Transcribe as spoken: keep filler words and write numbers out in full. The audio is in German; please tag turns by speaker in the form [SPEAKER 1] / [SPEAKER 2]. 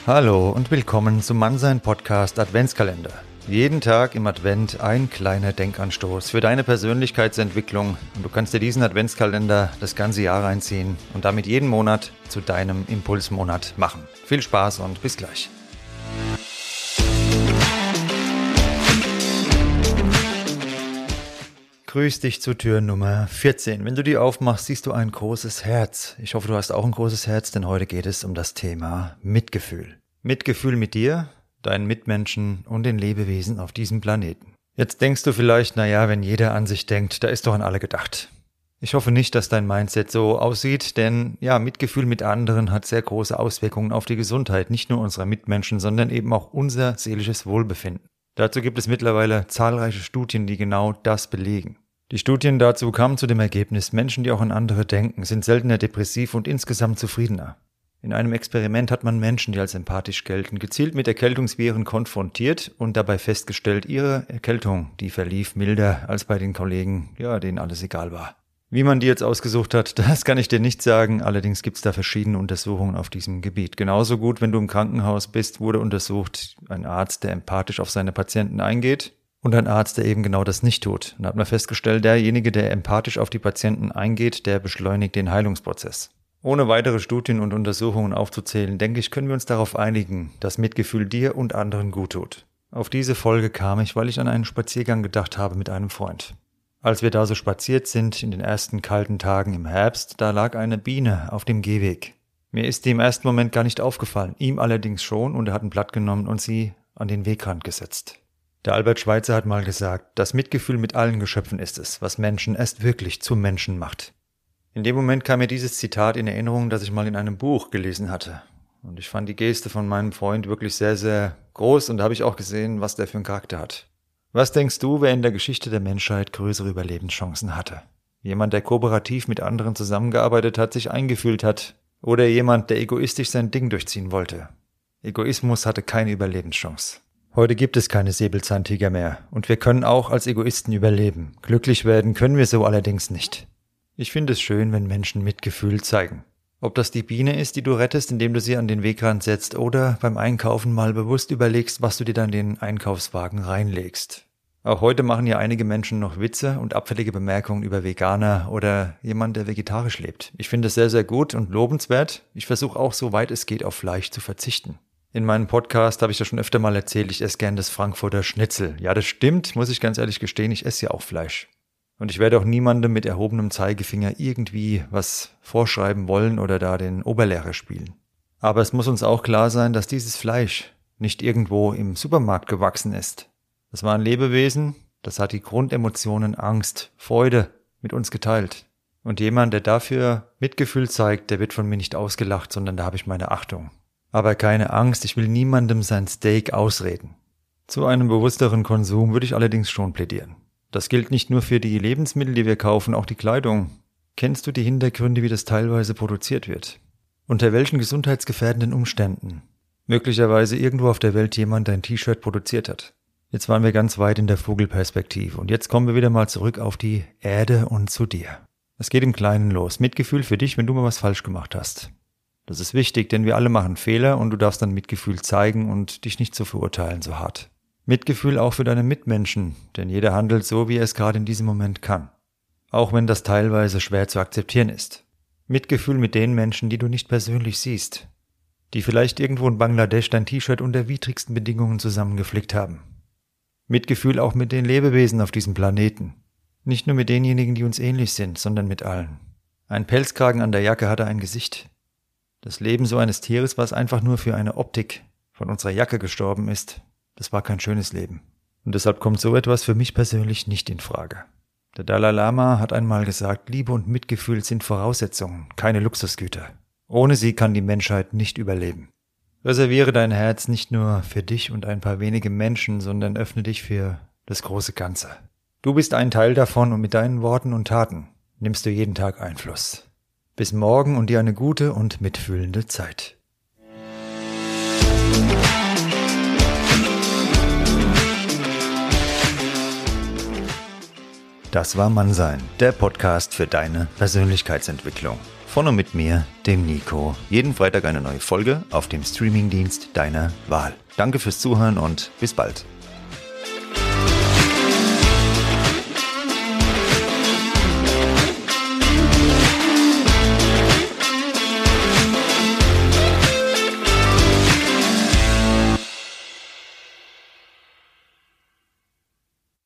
[SPEAKER 1] Hallo und willkommen zum Mannsein Podcast Adventskalender. Jeden Tag im Advent ein kleiner Denkanstoß für deine Persönlichkeitsentwicklung und du kannst dir diesen Adventskalender das ganze Jahr reinziehen und damit jeden Monat zu deinem Impulsmonat machen. Viel Spaß und bis gleich. Grüß dich zu Tür Nummer vierzehn. Wenn du die aufmachst, siehst du ein großes Herz. Ich hoffe, du hast auch ein großes Herz, denn heute geht es um das Thema Mitgefühl. Mitgefühl mit dir, deinen Mitmenschen und den Lebewesen auf diesem Planeten. Jetzt denkst du vielleicht, naja, wenn jeder an sich denkt, da ist doch an alle gedacht. Ich hoffe nicht, dass dein Mindset so aussieht, denn ja, Mitgefühl mit anderen hat sehr große Auswirkungen auf die Gesundheit, nicht nur unserer Mitmenschen, sondern eben auch unser seelisches Wohlbefinden. Dazu gibt es mittlerweile zahlreiche Studien, die genau das belegen. Die Studien dazu kamen zu dem Ergebnis, Menschen, die auch an andere denken, sind seltener depressiv und insgesamt zufriedener. In einem Experiment hat man Menschen, die als empathisch gelten, gezielt mit Erkältungsviren konfrontiert und dabei festgestellt, ihre Erkältung, die verlief milder als bei den Kollegen, ja, denen alles egal war. Wie man die jetzt ausgesucht hat, das kann ich dir nicht sagen, allerdings gibt es da verschiedene Untersuchungen auf diesem Gebiet. Genauso gut, wenn du im Krankenhaus bist, wurde untersucht, ein Arzt, der empathisch auf seine Patienten eingeht, und ein Arzt, der eben genau das nicht tut. Und da hat man festgestellt, derjenige, der empathisch auf die Patienten eingeht, der beschleunigt den Heilungsprozess. Ohne weitere Studien und Untersuchungen aufzuzählen, denke ich, können wir uns darauf einigen, dass Mitgefühl dir und anderen gut tut. Auf diese Folge kam ich, weil ich an einen Spaziergang gedacht habe mit einem Freund. Als wir da so spaziert sind, in den ersten kalten Tagen im Herbst, da lag eine Biene auf dem Gehweg. Mir ist die im ersten Moment gar nicht aufgefallen, ihm allerdings schon, und er hat ein Blatt genommen und sie an den Wegrand gesetzt. Der Albert Schweitzer hat mal gesagt, das Mitgefühl mit allen Geschöpfen ist es, was Menschen erst wirklich zum Menschen macht. In dem Moment kam mir dieses Zitat in Erinnerung, das ich mal in einem Buch gelesen hatte. Und ich fand die Geste von meinem Freund wirklich sehr, sehr groß und da habe ich auch gesehen, was der für einen Charakter hat. Was denkst du, wer in der Geschichte der Menschheit größere Überlebenschancen hatte? Jemand, der kooperativ mit anderen zusammengearbeitet hat, sich eingefühlt hat? Oder jemand, der egoistisch sein Ding durchziehen wollte? Egoismus hatte keine Überlebenschance. Heute gibt es keine Säbelzahntiger mehr und wir können auch als Egoisten überleben. Glücklich werden können wir so allerdings nicht. Ich finde es schön, wenn Menschen Mitgefühl zeigen. Ob das die Biene ist, die du rettest, indem du sie an den Wegrand setzt oder beim Einkaufen mal bewusst überlegst, was du dir dann in den Einkaufswagen reinlegst. Auch heute machen ja einige Menschen noch Witze und abfällige Bemerkungen über Veganer oder jemand, der vegetarisch lebt. Ich finde es sehr, sehr gut und lobenswert. Ich versuche auch, soweit es geht, auf Fleisch zu verzichten. In meinem Podcast habe ich ja schon öfter mal erzählt, ich esse gern das Frankfurter Schnitzel. Ja, das stimmt, muss ich ganz ehrlich gestehen, ich esse ja auch Fleisch. Und ich werde auch niemandem mit erhobenem Zeigefinger irgendwie was vorschreiben wollen oder da den Oberlehrer spielen. Aber es muss uns auch klar sein, dass dieses Fleisch nicht irgendwo im Supermarkt gewachsen ist. Das war ein Lebewesen, das hat die Grundemotionen Angst, Freude mit uns geteilt. Und jemand, der dafür Mitgefühl zeigt, der wird von mir nicht ausgelacht, sondern da habe ich meine Achtung. Aber keine Angst, ich will niemandem sein Steak ausreden. Zu einem bewussteren Konsum würde ich allerdings schon plädieren. Das gilt nicht nur für die Lebensmittel, die wir kaufen, auch die Kleidung. Kennst du die Hintergründe, wie das teilweise produziert wird? Unter welchen gesundheitsgefährdenden Umständen? Möglicherweise irgendwo auf der Welt jemand ein T-Shirt produziert hat. Jetzt waren wir ganz weit in der Vogelperspektive und jetzt kommen wir wieder mal zurück auf die Erde und zu dir. Es geht im Kleinen los. Mitgefühl für dich, wenn du mal was falsch gemacht hast. Das ist wichtig, denn wir alle machen Fehler und du darfst dann Mitgefühl zeigen und dich nicht zu verurteilen so hart. Mitgefühl auch für deine Mitmenschen, denn jeder handelt so, wie er es gerade in diesem Moment kann. Auch wenn das teilweise schwer zu akzeptieren ist. Mitgefühl mit den Menschen, die du nicht persönlich siehst. Die vielleicht irgendwo in Bangladesch dein T-Shirt unter widrigsten Bedingungen zusammengeflickt haben. Mitgefühl auch mit den Lebewesen auf diesem Planeten. Nicht nur mit denjenigen, die uns ähnlich sind, sondern mit allen. Ein Pelzkragen an der Jacke hatte ein Gesicht. Das Leben so eines Tieres, was einfach nur für eine Optik von unserer Jacke gestorben ist, das war kein schönes Leben. Und deshalb kommt so etwas für mich persönlich nicht in Frage. Der Dalai Lama hat einmal gesagt, Liebe und Mitgefühl sind Voraussetzungen, keine Luxusgüter. Ohne sie kann die Menschheit nicht überleben. Reserviere dein Herz nicht nur für dich und ein paar wenige Menschen, sondern öffne dich für das große Ganze. Du bist ein Teil davon und mit deinen Worten und Taten nimmst du jeden Tag Einfluss. Bis morgen und dir eine gute und mitfühlende Zeit. Das war Mannsein, der Podcast für deine Persönlichkeitsentwicklung. Von und mit mir, dem Nico. Jeden Freitag eine neue Folge auf dem Streamingdienst deiner Wahl. Danke fürs Zuhören und bis bald.